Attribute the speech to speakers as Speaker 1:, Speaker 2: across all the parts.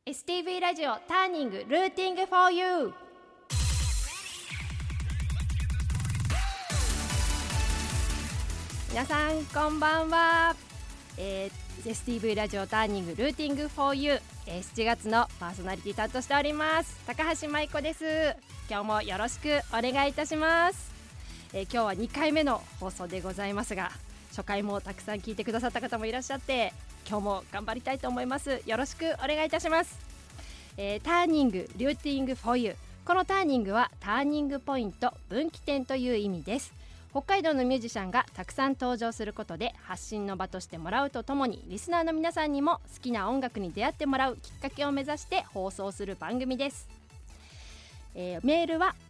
Speaker 1: STV ラジオターニングルーティング for you。 皆さんこんばんは。STV ラジオターニングルーティング for you、7月のパーソナリティ担当しております高橋舞子です。今日もよろしくお願いいたします。今日は2回目の放送でございますが、初回もたくさん聞いてくださった方もいらっしゃって、今日も頑張りたいと思います。よろしくお願いいたします。ターニングルーティング for you、 このターニングはターニングポイント、分岐点という意味です。北海道のミュージシャンがたくさん登場することで発信の場としてもらうとともに、リスナーの皆さんにも好きな音楽に出会ってもらうきっかけを目指して放送する番組です。メールは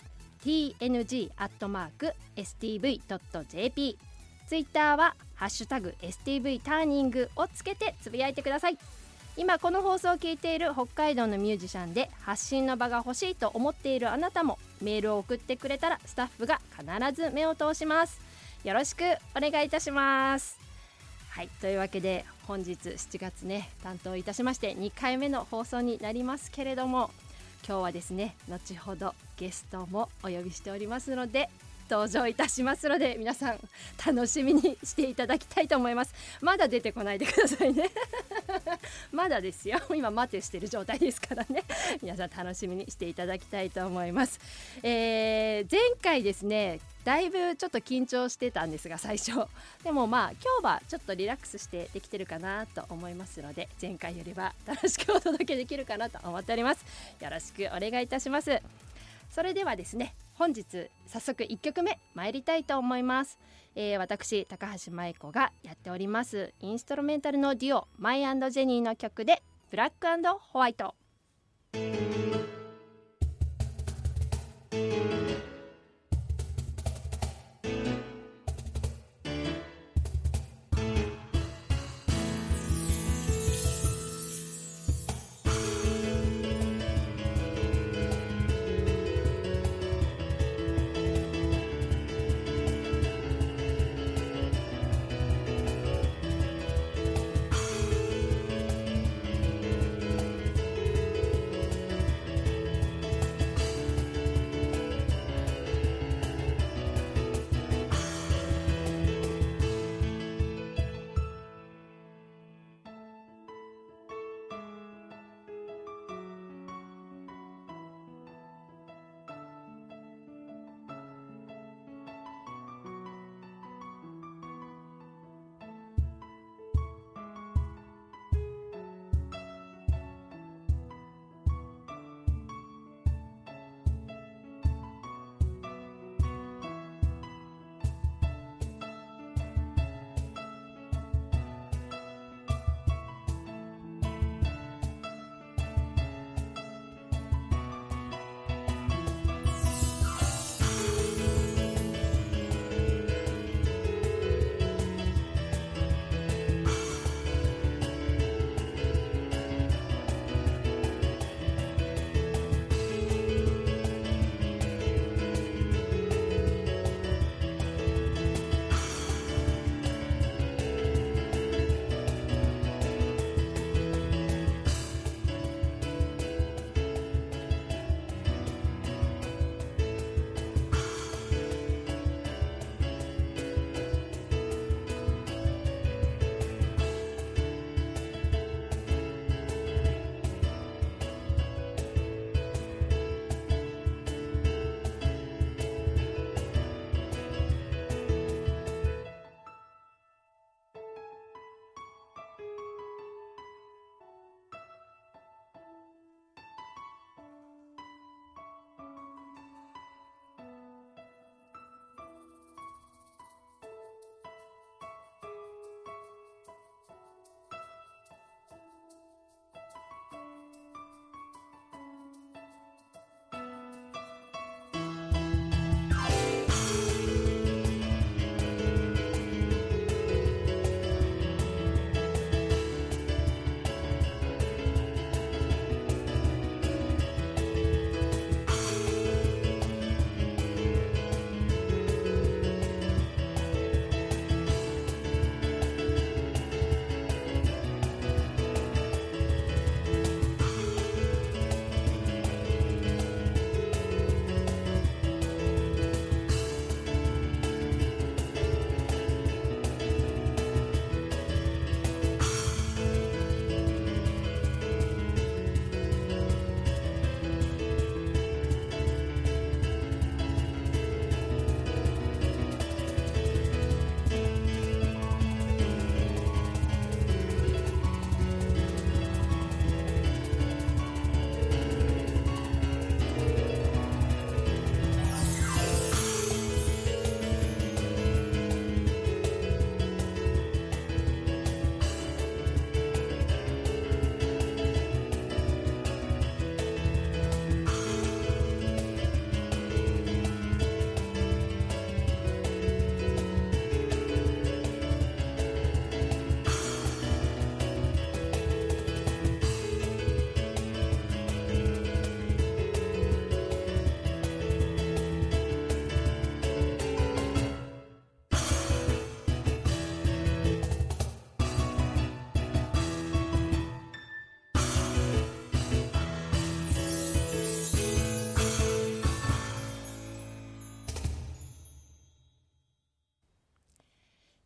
Speaker 1: tng@stv.jp、 ツイッターはハッシュタグ STV ターニングをつけてつぶやいてください。今この放送を聞いている北海道のミュージシャンで発信の場が欲しいと思っているあなたも、メールを送ってくれたらスタッフが必ず目を通します。よろしくお願いいたします。はい、というわけで本日7月ね、担当いたしまして2回目の放送になりますけれども、今日はですね、後ほどゲストもお呼びしておりますので登場いたしますので、皆さん楽しみにしていただきたいと思います。まだ出てこないでくださいねまだですよ、今待てしてる状態ですからね皆さん楽しみにしていただきたいと思います。前回ですね、だいぶちょっと緊張してたんですが、最初でも今日はちょっとリラックスしてできてるかなと思いますので、前回よりは楽しくお届けできるかなと思っております。よろしくお願いいたします。それではですね、本日早速1曲目参りたいと思います。私高橋舞子がやっておりますインストルメンタルのデュオマイ&ジェニーの曲でブラック&ホワイト。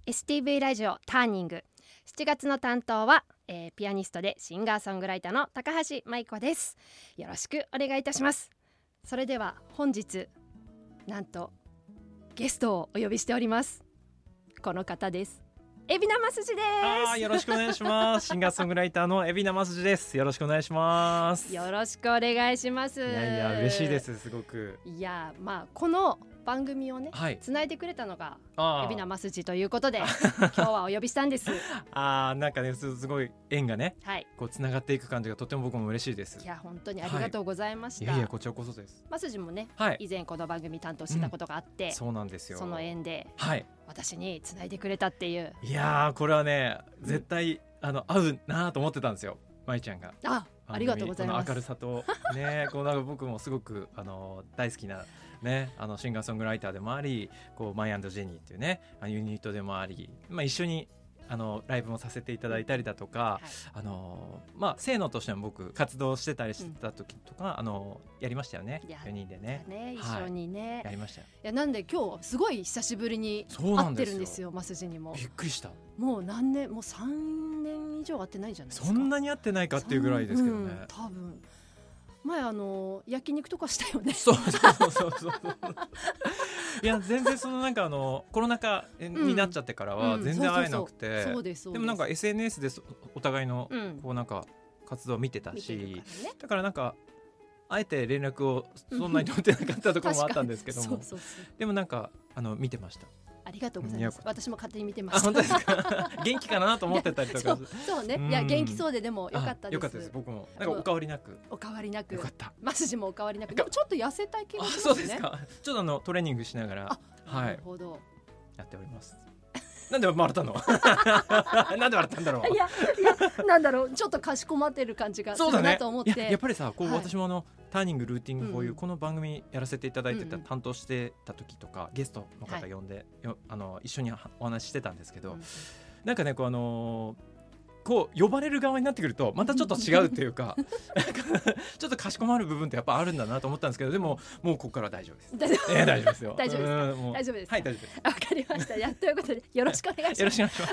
Speaker 1: STV ラジオターニング、7月の担当は、ピアニストでシンガーソングライターの高橋舞子です。よろしくお願いいたします。それでは本日なんとゲストをお呼びしております。この方です。海老名真筋です。
Speaker 2: よろしくお願いします。シンガーソングライターの海老名真筋です。よろしくお願いします。
Speaker 1: よろしくお願いします。
Speaker 2: いや嬉しいです。すごく。
Speaker 1: いやこの番組をね、つないでくれたのが海老名真筋ということで今日はお呼びしたんです。
Speaker 2: なんかね、すごい縁がね、こうつながっていく感じがとても僕も嬉しいです。
Speaker 1: いや本当にありがとうございました。
Speaker 2: いやこちらこそです。
Speaker 1: 真筋もね、以前この番組担当してたことがあって、
Speaker 2: そうなんですよ。
Speaker 1: その縁で、私につないでくれたっていう。
Speaker 2: いやこれはね、絶対合うなと思ってたんですよ、舞ちゃんが。
Speaker 1: ありがとうございます。
Speaker 2: この明るさとねこうなんか僕もすごく大好きなね、シンガーソングライターでもあり、こうマイ&ジェニーっていうねユニットでもあり、一緒にライブもさせていただいたりだとか、生野としても僕活動してたりしてた時とか、やりましたよね、4人でね、
Speaker 1: 一緒にね、
Speaker 2: やりましたよ。
Speaker 1: いやなんで今日すごい久しぶりに会ってるんですよ。真筋にも
Speaker 2: びっくりした。
Speaker 1: もう何年、もう3年以上会ってないじゃないですか。
Speaker 2: そんなに会ってないかっていうぐらいですけどね、
Speaker 1: 多分前焼肉とかしたよね。
Speaker 2: そういや全然なんかコロナ禍になっちゃってからは全然会えなくて、でもなんか SNS でお互いのこうなんか活動を見てたし、だからなんかあえて連絡をそんなに取ってなかったところもあったんですけどもでもなんか見てました。
Speaker 1: ありがとうございます。私も勝手に見てました。
Speaker 2: 本当ですか。元気かなと思ってたりとか。
Speaker 1: そうね。いや元気そうで、でも良かったです。
Speaker 2: 良かったです。僕もなんかお変わりなく。
Speaker 1: お変わりなく。
Speaker 2: 良かった。
Speaker 1: 真筋もお変わりなく。でもちょっと痩せた気がしますね。
Speaker 2: そうですか。ちょっとトレーニングしながら、
Speaker 1: なるほど。
Speaker 2: やっております。なんで笑ったの？なんで笑ったんだろう。
Speaker 1: いやなんだろう、ちょっとかしこまってる感じがするなと思って。
Speaker 2: やっぱりさ、こう私もターニングルーティングこういうこの番組やらせていただいてた担当してた時とかゲストの方呼んで一緒にお話ししてたんですけど、なんかねこう呼ばれる側になってくるとまたちょっと違うっていうかちょっとかしこまる部分ってやっぱあるんだなと思ったんですけど、でももうここからは大丈夫です。大丈夫ですよ。
Speaker 1: 大丈夫ですか。大丈夫です。
Speaker 2: はい、大丈夫です。
Speaker 1: わかりました。ということでよろしくお願いします。
Speaker 2: よろしくお願いします。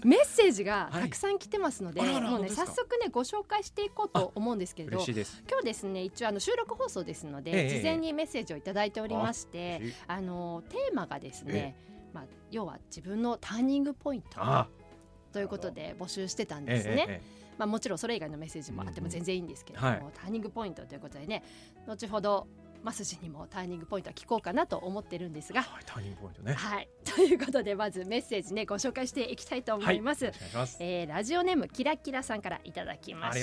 Speaker 1: メッセージがたくさん来てますので、もうね早速ねご紹介していこうと思うんですけれど、
Speaker 2: 嬉しいです。
Speaker 1: 今日ですね一応収録放送ですので、事前にメッセージをいただいておりまして、テーマがですね、要は自分のターニングポイントということで募集してたんですね。もちろんそれ以外のメッセージもあっても全然いいんですけれども、ターニングポイントということでね、後ほど真筋にもターニングポイントは聞こうかなと思ってるんですが、
Speaker 2: ターニングポイントね。
Speaker 1: ということでまずメッセージねご紹介していきたいと思います。ラジオネームキラキラさんからいただきました。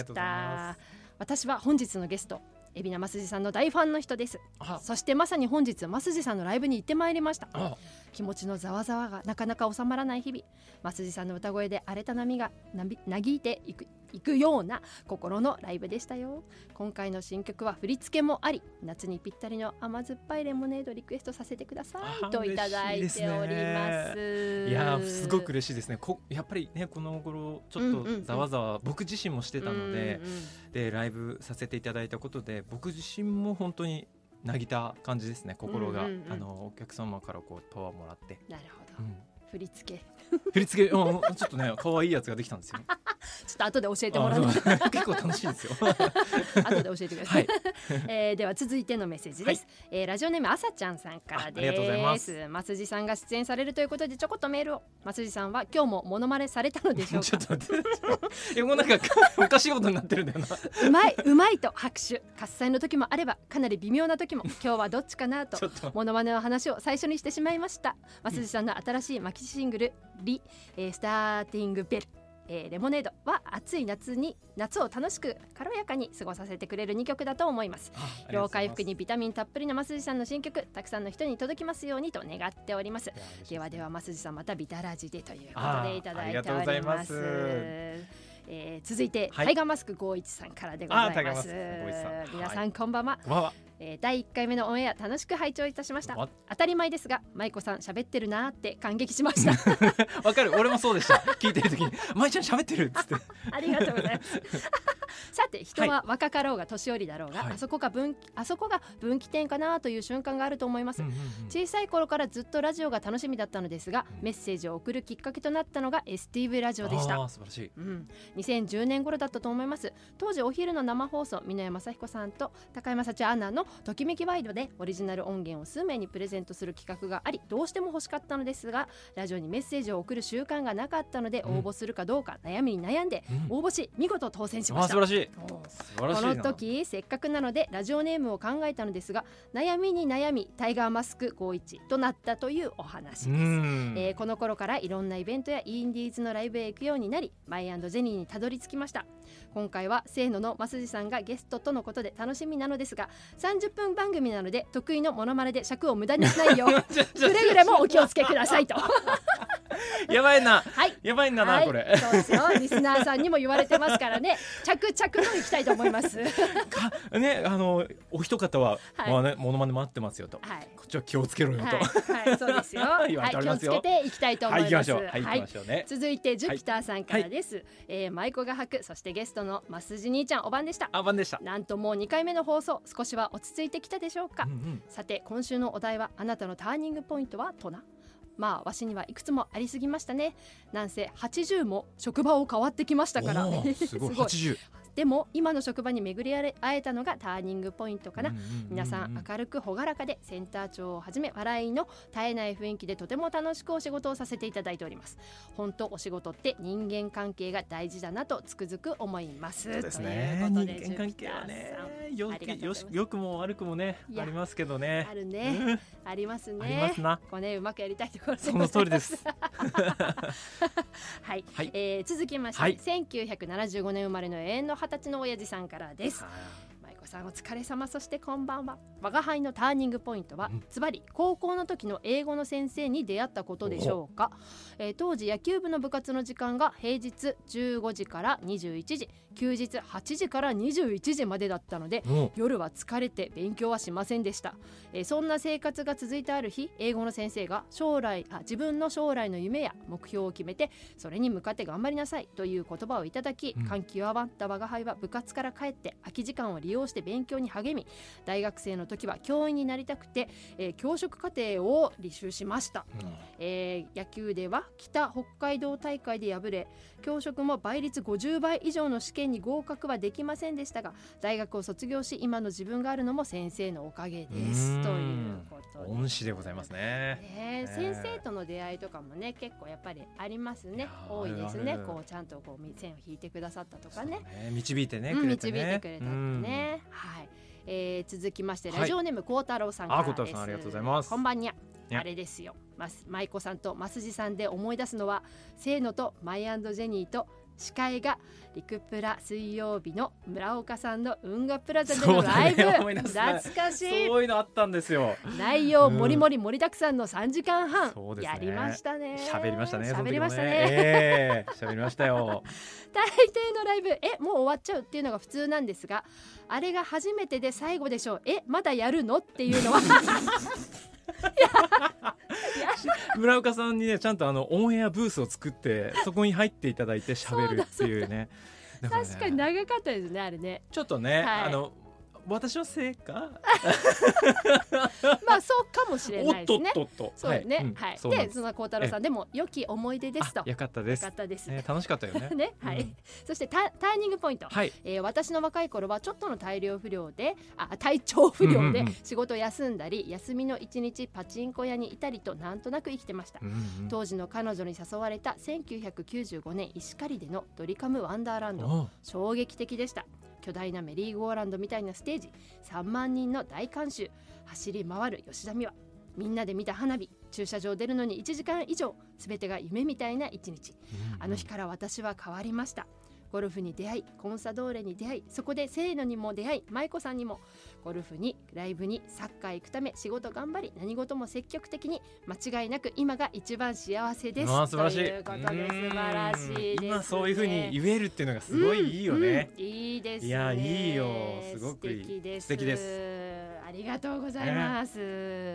Speaker 1: 私は本日のゲスト海老名真筋さんの大ファンの人です。そしてまさに本日真筋さんのライブに行ってまいりました。気持ちのざわざわがなかなか収まらない日々、真筋さんの歌声で荒れた波がなぎいていくような心のライブでしたよ。今回の新曲は振り付けもあり、夏にぴったりの甘酸っぱいレモネードリクエストさせてくださいといただいております。
Speaker 2: いやすごく嬉しいですね。やっぱりねこの頃ちょっとざわざわ僕自身もしてたので、でライブさせていただいたことで僕自身も本当になぎた感じですね。心が、お客様からこうパワーもらって。
Speaker 1: なるほど、振り付け
Speaker 2: ちょっとね可愛いやつができたんですよ。
Speaker 1: ちょっと後で教えてもらう。
Speaker 2: 結構楽しいですよ。
Speaker 1: 後で教えてください。では続いてのメッセージです。ラジオネームあさちゃんさんからです。
Speaker 2: ありがとうございます。
Speaker 1: 真筋さんが出演されるということでちょこっとメールを。真筋さんは今日もモノマネされたのでしょうか。
Speaker 2: ちょっと待って。もうなんかおかしいことになってるんだよな。
Speaker 1: うまいと拍手。喝采の時もあればかなり微妙な時も今日はどっちかなとモノマネの話を最初にしてしまいました。真筋さんの新しいマキシシングルリ、スターティングベル、レモネードは暑い夏を楽しく軽やかに過ごさせてくれる2曲だと思います。疲労回復にビタミンたっぷりの真筋さんの新曲たくさんの人に届きますようにと願っております。では真筋さんまたビタラジでということでいただいております。続いて、タイガーマスク51さんからでございます。皆さんこんばんは。第1回目のオンエア楽しく拝聴いたしました。当たり前ですが舞子さん喋ってるなーって感激しました。
Speaker 2: わかる、俺もそうでした。聞いてる時に舞ちゃん喋ってるっつって。
Speaker 1: ありがとうございます。 さて人は若かろうが年寄りだろうが、あそこが分岐点かなという瞬間があると思います、小さい頃からずっとラジオが楽しみだったのですが、メッセージを送るきっかけとなったのが STV ラジオでした。
Speaker 2: 素晴らしい、
Speaker 1: 2010年頃だったと思います。当時お昼の生放送、箕山雅彦さんと高山幸アナのときめきワイドでオリジナル音源を数名にプレゼントする企画があり、どうしても欲しかったのですがラジオにメッセージを送る習慣がなかったので、応募するかどうか悩みに悩んで応募し、見事当選しました。
Speaker 2: 素晴らしい。
Speaker 1: この時せっかくなのでラジオネームを考えたのですが、悩みに悩みタイガーマスク光一となったというお話です。この頃からいろんなイベントやインディーズのライブへ行くようになり、マイ&ジェニーにたどり着きました。今回はせーのの増地さんがゲストとのことで楽しみなのですが、30分番組なので得意のモノマネで尺を無駄にしないようくれぐれもお気をつけくださいと
Speaker 2: やばいな、やばいんだな、これ。
Speaker 1: そうですよ、リスナーさんにも言われてますからね、着々といきたいと思います
Speaker 2: ね、お一方は、モノマネ待ってますよと、こっちは気をつけろよと、
Speaker 1: そうですよ気をつけていきたいと思います。続いてジュピターさんからです。舞妓が吐く、そしてゲストの増地兄ちゃんお晩でした。なんともう2回目の放送、少しは落ち着いてきたでしょうか。さて今週のお題は、あなたのターニングポイントはとな。まあわしにはいくつもありすぎましたね。なんせ80も職場を変わってきましたから。
Speaker 2: すごい80。
Speaker 1: でも今の職場に巡り会えたのがターニングポイントかな。皆さん明るく朗らかで、センター長をはじめ笑いの絶えない雰囲気でとても楽しくお仕事をさせていただいております。本当お仕事って人間関係が大事だなとつくづく思います。
Speaker 2: そうですね、人間関係はね、よくも悪くもねありますけどね。
Speaker 1: あるね、ありますね。
Speaker 2: ありますな。
Speaker 1: こうね、うまくやりたいところで
Speaker 2: その通りです
Speaker 1: はい、続きまして、1975年生まれの永遠の20歳の親父さんからです。舞子さんお疲れ様、そしてこんばんは。我が輩のターニングポイントは、ズバリ高校の時の英語の先生に出会ったことでしょうか。当時野球部の部活の時間が平日15時から21時、休日8時から21時までだったので、夜は疲れて勉強はしませんでした。そんな生活が続いてある日、英語の先生が自分の将来の夢や目標を決めて、それに向かって頑張りなさいという言葉をいただき、感極まった我が輩は部活から帰って空き時間を利用して勉強に励み、大学生の時は教員になりたくて、教職課程を履修しました。野球では北北海道大会で敗れ、教職も倍率50倍以上の試験に合格はできませんでしたが、大学を卒業し今の自分があるのも先生のおかげですということで、
Speaker 2: 恩師でございますね。
Speaker 1: 先生との出会いとかもね、結構やっぱりありますね。多いですね。こうちゃんとこう線を引いてくださったとかね、
Speaker 2: 導いてね、
Speaker 1: 導いてくれたってね。続きまして、ラジオネーム孝太郎さんからです。
Speaker 2: ありがとうございます。
Speaker 1: こんばんにゃ。あれですよ、舞子さんと増地さんで思い出すのは、せーのとマイ&ジェニーと司会がリクプラ水曜日の村岡さんの運河プラザでのライブ、懐かしい。
Speaker 2: そういうのあったんですよ。
Speaker 1: 内容もりもり盛りだくさんの3時間半、やりましたね。
Speaker 2: 喋りましたね。
Speaker 1: 喋りましたね。
Speaker 2: 喋りましたよ。
Speaker 1: 大抵のライブもう終わっちゃうっていうのが普通なんですが、あれが初めてで最後でしょう、まだやるのっていうのは
Speaker 2: 村岡さんにね、ちゃんとオンエアブースを作ってそこに入っていただいて喋るっていうね。
Speaker 1: 確かに長かったですね、あれね。
Speaker 2: ちょっとね、私のせいか
Speaker 1: まあそうかもしれないですね。そうね、でその孝太郎さんでも良き思い出ですと。
Speaker 2: よかったです。楽しかったよね。
Speaker 1: そしてターニングポイント、私の若い頃はちょっとの体調不良で仕事を休んだり、休みの1日パチンコ屋にいたりとなんとなく生きてました。当時の彼女に誘われた1995年石狩でのドリカムワンダーランド、衝撃的でした。巨大なメリーゴーランドみたいなステージ、3万人の大観衆、走り回る吉田美和、みんなで見た花火、駐車場出るのに1時間以上、すべてが夢みたいな一日。あの日から私は変わりました。ゴルフに出会い、コンサドーレに出会い、そこでせーのにも出会い、舞子さんにも。ゴルフにライブにサッカー行くため仕事頑張り、何事も積極的に、間違いなく今が一番幸せです。
Speaker 2: 素晴らしい。
Speaker 1: ということで素晴らしいですね。
Speaker 2: 今そういう風に言えるっていうのがすごいいいよね。
Speaker 1: いいですね。
Speaker 2: いや、いいよ、すごくいい。
Speaker 1: 素敵です。
Speaker 2: 素敵です。
Speaker 1: ありがとうございます。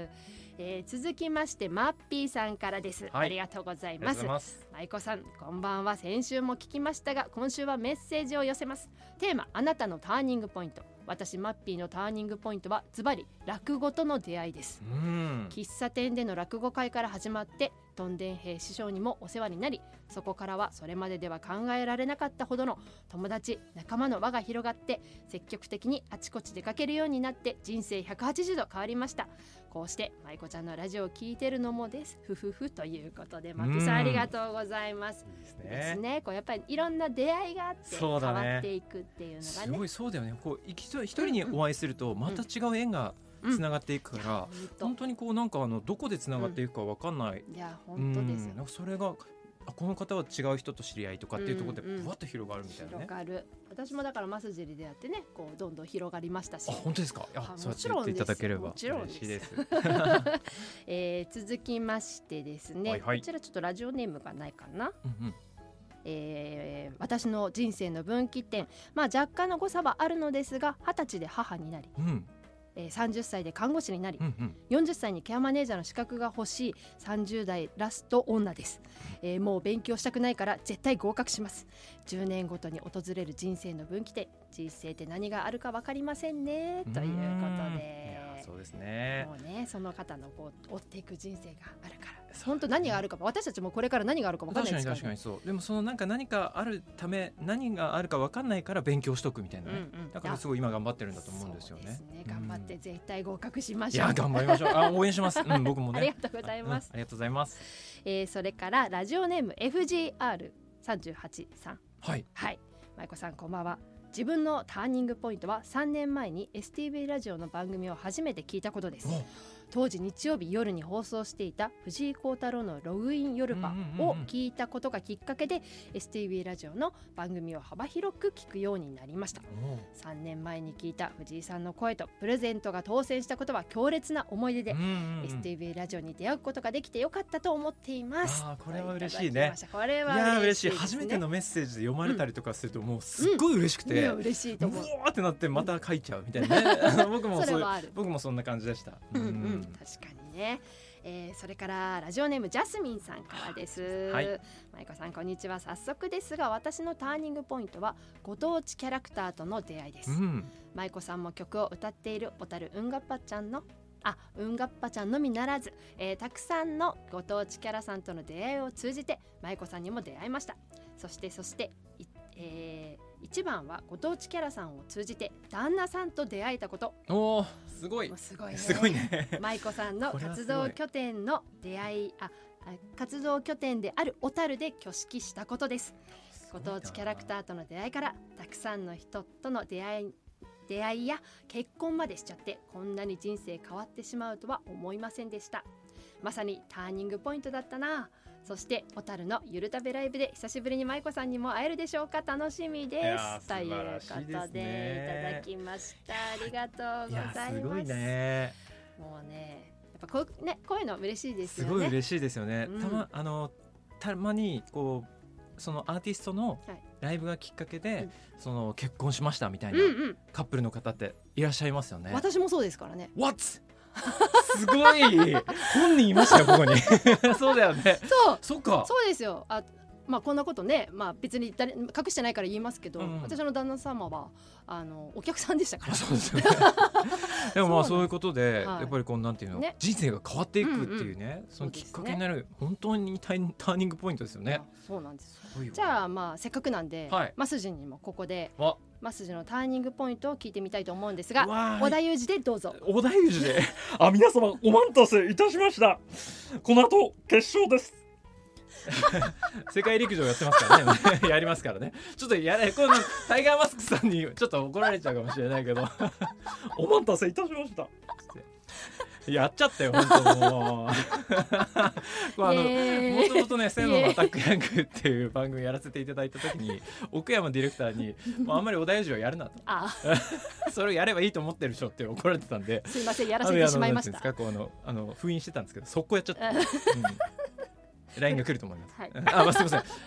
Speaker 1: 続きましてマッピーさんからです、
Speaker 2: はい、
Speaker 1: ありがとうございます。舞子さんこんばんは。先週も聞きましたが今週はメッセージを寄せます。テーマあなたのターニングポイント。私マッピーのターニングポイントはズバリ落語との出会いです。喫茶店での落語会から始まってとんでん兵師匠にもお世話になり、そこからはそれまででは考えられなかったほどの友達仲間の輪が広がって積極的にあちこち出かけるようになって人生180度変わりました。こうして舞子ちゃんのラジオを聞いてるのもですふふふということで、マッピーさんありがとうございます。いいですね。こうやっぱりいろんな出会いがあって変わっていくっていうのがね、
Speaker 2: すごいそうだよね。こう一人にお会いするとまた違う縁がつながっていくから、本当にこうなんかどこでつながっていくか分かんない、
Speaker 1: いや本当ですよ。
Speaker 2: なんかそれがこの方は違う人と知り合いとかっていうところでぶわっと広がるみたいなね。
Speaker 1: 広がる。私もだからマスジリでやってね、こうどんどん広がりましたし。
Speaker 2: 本当ですか。そうやって言っていただければ嬉しいです。
Speaker 1: 続きましてですね、こちらちょっとラジオネームがないかな。私の人生の分岐点、若干の誤差はあるのですが、20歳で母になり、30歳で看護師になり、40歳にケアマネージャーの資格が欲しい30代ラスト女です。もう勉強したくないから絶対合格します。10年ごとに訪れる人生の分岐点、人生って何があるか分かりませんねということで、
Speaker 2: そうですね。
Speaker 1: もうね、その方のこう追っていく人生があるから、本当何があるか、私たちもこれから何があるか分かんないですからね。
Speaker 2: 確かにそう。でもその何かあるため、何があるか分かんないから勉強しとくみたいなね、だからすごい今頑張ってるんだと思うんですよね。
Speaker 1: そうですね、頑張って絶対合格しましょう。
Speaker 2: いや頑張りましょう。応援します。僕もね。
Speaker 1: ありがとうございます。
Speaker 2: ありがとうございます。
Speaker 1: それからラジオネーム FGR38 さん。はい、舞子さんこんばんは。自分のターニングポイントは3年前に STV ラジオの番組を初めて聞いたことです。当時日曜日夜に放送していた藤井幸太郎のログイン夜パを聞いたことがきっかけで STV ラジオの番組を幅広く聞くようになりました。3年前に聞いた藤井さんの声とプレゼントが当選したことは強烈な思い出で、STV ラジオに出会うことができてよかったと思っています。
Speaker 2: これは嬉しいね。
Speaker 1: これは嬉しいですね。
Speaker 2: 初めてのメッセージで読まれたりとかするともうすっごい嬉しくて、
Speaker 1: 嬉しいと思う。
Speaker 2: うわーってなってまた書いちゃうみたいなね。僕もそんな感じでした。確
Speaker 1: かにね。それからラジオネームジャスミンさんからです。舞子さんこんにちは。早速ですが私のターニングポイントはご当地キャラクターとの出会いです。舞子さんも曲を歌っている小樽うんがっぱちゃんのみならず、たくさんのご当地キャラさんとの出会いを通じて舞子さんにも出会いました。そして一番はご当地キャラさんを通じて旦那さんと出会えたこと。
Speaker 2: すごいね。
Speaker 1: 舞子さんの活動拠点の出会い活動拠点である小樽で挙式したことです。ご当地キャラクターとの出会いからたくさんの人との出会いや結婚までしちゃって、こんなに人生変わってしまうとは思いませんでした。まさにターニングポイントだったな。そして小樽のゆるたべライブで久しぶりに舞子さんにも会えるでしょうか。楽しみですということでいただきました。ありがとうございます。
Speaker 2: すごいね。
Speaker 1: もうね、やっぱこういうの嬉しいですよね。
Speaker 2: すごい嬉しいですよね。たまにこうそのアーティストのライブがきっかけで、その結婚しましたみたいなカップルの方っていらっしゃいますよね。
Speaker 1: 私もそうですからね。
Speaker 2: What？すごい本人いましたよここに。そうだよね。そう
Speaker 1: ですよ。こんなことね、別に隠してないから言いますけど、私の旦那様はお客さんでしたから。そうですよね。
Speaker 2: でもそういうことで、やっぱりこうなんていうの、人生が変わっていくっていうね、そのきっかけになる本当にターニングポイントですよね。そうなんです。じゃあせっかくなんで、マスジにもここでマスジのターニングポイントを聞いてみたいと思うんですが、織田裕二でどうぞ。 織田裕二で皆様お待たせいたしました。この後決勝です。世界陸上やってますからね。やりますからね。ちょっとこのタイガーマスクさんにちょっと怒られちゃうかもしれないけどお待たせいたしましたやっちゃったよ本当もともとねセノのアタックヤングっていう番組やらせていただいた時に奥山ディレクターにあんまり織田裕二をやるなとそれをやればいいと思ってるでしょって怒られてたんで、
Speaker 1: すいませんやらせてしまいました。
Speaker 2: 封印してたんですけど速攻やっちゃった。LINE が来ると思います。すみません。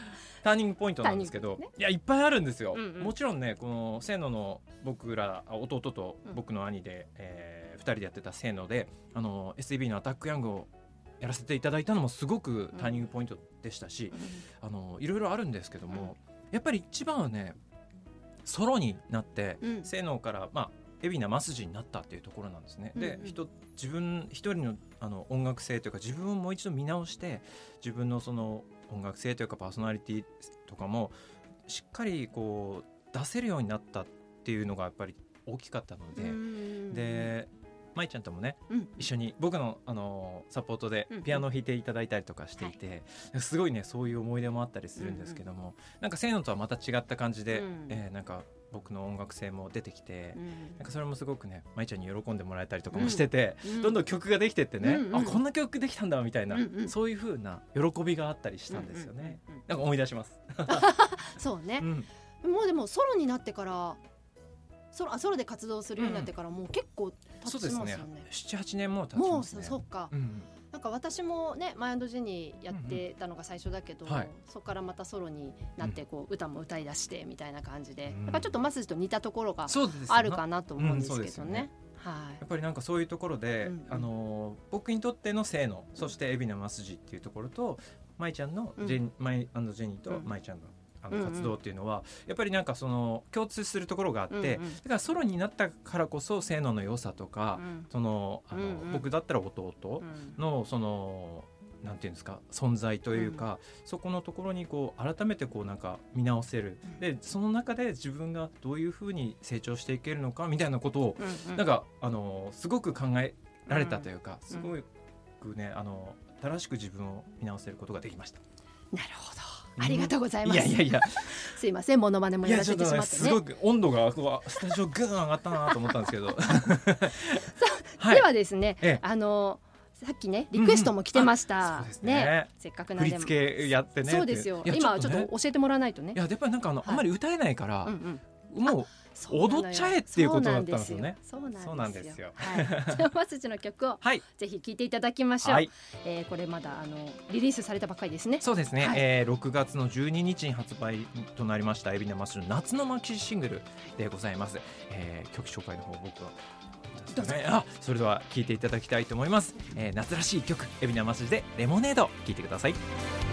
Speaker 2: ターニングポイントなんですけど、
Speaker 1: ね、
Speaker 2: いやいっぱいあるんですよ、
Speaker 1: うんうん、
Speaker 2: もちろんねこのせーのの僕ら弟と僕の兄で、2人でやってたせーのでSTB のアタックヤングをやらせていただいたのもすごくターニングポイントでしたし、いろいろあるんですけども、やっぱり一番はねソロになって、せーのから海老名正治になったっていうところなんですね、で自分一人の、音楽性というか自分をもう一度見直して自分のその音楽性というかパーソナリティとかもしっかりこう出せるようになったっていうのがやっぱり大きかったので、で舞ちゃんともね、一緒に僕の、サポートでピアノを弾いていただいたりとかしていて、すごいねそういう思い出もあったりするんですけども、なんかせーのとはまた違った感じで、なんか僕の音楽性も出てきて、なんかそれもすごくね舞ちゃんに喜んでもらえたりとかもしてて、どんどん曲ができてってね、あこんな曲できたんだみたいな、そういう風な喜びがあったりしたんですよね、なんか思い出します
Speaker 1: そうね、もうでもソロになってからソロで活動するようになってからもう結構経ちますよね。
Speaker 2: そうですね、7、8年も経ちますね。
Speaker 1: もうそうか、なんか私もねマイ&ジェニーやってたのが最初だけど、そこからまたソロになってこう歌も歌い出してみたいな感じで、なんかちょっとマスジと似たところがあるかなと思うんですけどね。や
Speaker 2: っぱりなんかそういうところで、僕にとってのせーの、そして海老名正治っていうところと舞ちゃんのマイ&ジェニーと舞ちゃんの活動っていうのはやっぱりなんかその共通するところがあって、だからソロになったからこそせーのの良さとか、その僕だったら弟のそのなんていうんですか存在というか、そこのところにこう改めてこうなんか見直せる、でその中で自分がどういうふうに成長していけるのかみたいなことをなんかすごく考えられたというか、すごくね正しく自分を見直せることができました。
Speaker 1: なるほど、ありがとうございます。
Speaker 2: いや
Speaker 1: すいません、モノマネもやらせてしまってね。
Speaker 2: すごく温度がスタジオグーン上がったなと思ったんですけど
Speaker 1: ではですね、さっきねリクエストも来てました、ね、せっかくなんで
Speaker 2: 振り付けやってね。
Speaker 1: そうですよ、今ちょっと教えてもらわないとね。
Speaker 2: いややっぱりなんかあんまり歌えないから、もう踊っちゃえっていうことだったんですよね。そうなんですよ。
Speaker 1: マスジの曲をぜひ聴いていただきましょう。これまだリリースされたばっかりですね。
Speaker 2: そうですね、6月の12日に発売となりました海老名マスジの夏のマキシシングルでございます。曲紹介の方僕はそれでは聴いていただきたいと思います。夏らしい曲海老名マスジでレモネード聴いてください。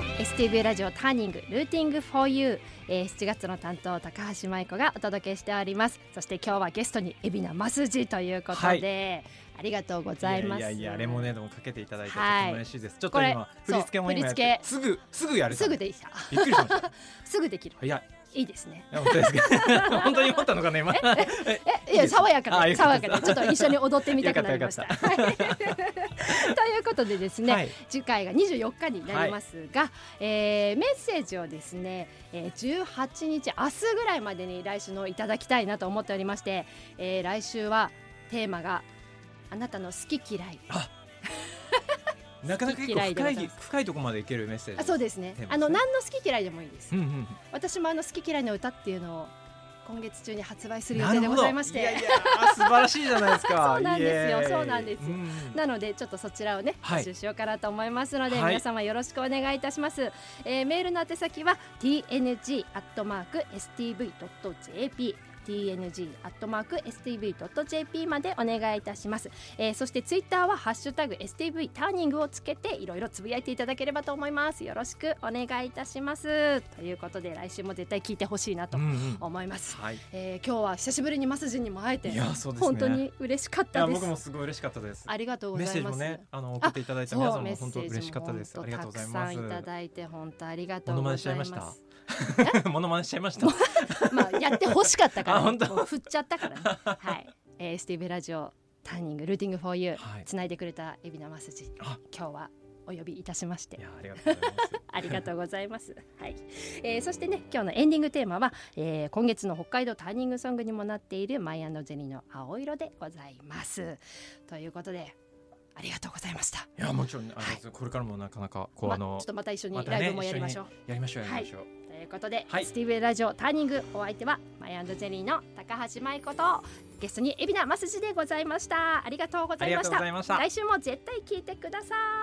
Speaker 1: STV ラジオターニングルーティング for you、7月の担当高橋舞子がお届けしております。そして今日はゲストに海老名マスジということで、ありがとうございます。
Speaker 2: いやレモネードもかけていただいてとても嬉しいです。ちょっと今振り付けも今やってすぐやれた。
Speaker 1: すぐできた。
Speaker 2: びっくりしました。
Speaker 1: すぐできる。いいですね。
Speaker 2: 本当ですか。本当に思ったのかね今。
Speaker 1: いや爽やかでちょっと一緒に踊ってみたくなりました。ということでですね、次回が24日になりますが、メッセージをですね、18日明日ぐらいまでに来週のいただきたいなと思っておりまして、来週はテーマがあなたの好き嫌い。
Speaker 2: なかなか結構深いところまでいけるメッセージ。
Speaker 1: そうですね。何の好き嫌いでもいいです。私も好き嫌いの歌っていうのを今月中に発売する予定でございまして。
Speaker 2: 素晴らしいじゃないですか。
Speaker 1: そうなんですよ。そうなんですよ。なのでちょっとそちらをね募集しようかなと思いますので、皆様よろしくお願いいたします。メールの宛先は tng@stv.jp tng@stv.jp までお願いいたします。そしてツイッターはハッシュタグ STV ターニングをつけていろいろつぶやいていただければと思います。よろしくお願いいたします。ということで来週も絶対聞いてほしいなと思います。今日は久しぶりにマスジにも会えて本当に嬉しかったです。
Speaker 2: 僕もすごい嬉しかったです。
Speaker 1: ありがとうございます。
Speaker 2: メッセージもね送っていただいた皆さんも本当嬉しかったです。ありがとうございます。
Speaker 1: たくさんいただいて本当ありがとうございます。
Speaker 2: モノマネしちゃいました。
Speaker 1: やってほしかったから、もう振っちゃったからね。STV ラジオターニングルーティング for you つないでくれた海老名マスジ、今日はお呼びいたしましてありがとうございます。そしてね今日のエンディングテーマは、今月の北海道ターニングソングにもなっているマイ&ジェニーの青色でございます。ということでありがとうございました。
Speaker 2: いやもちろんこれからもなかなかこう
Speaker 1: ちょっとまた一緒にライブもやりましょう。
Speaker 2: やりましょう。
Speaker 1: ということで、STV ラジオターニング、お相手はマイ&ジェニーの高橋舞子とゲストに海老名マスジでございました。ありがとうございました。来週も絶対聞いてください。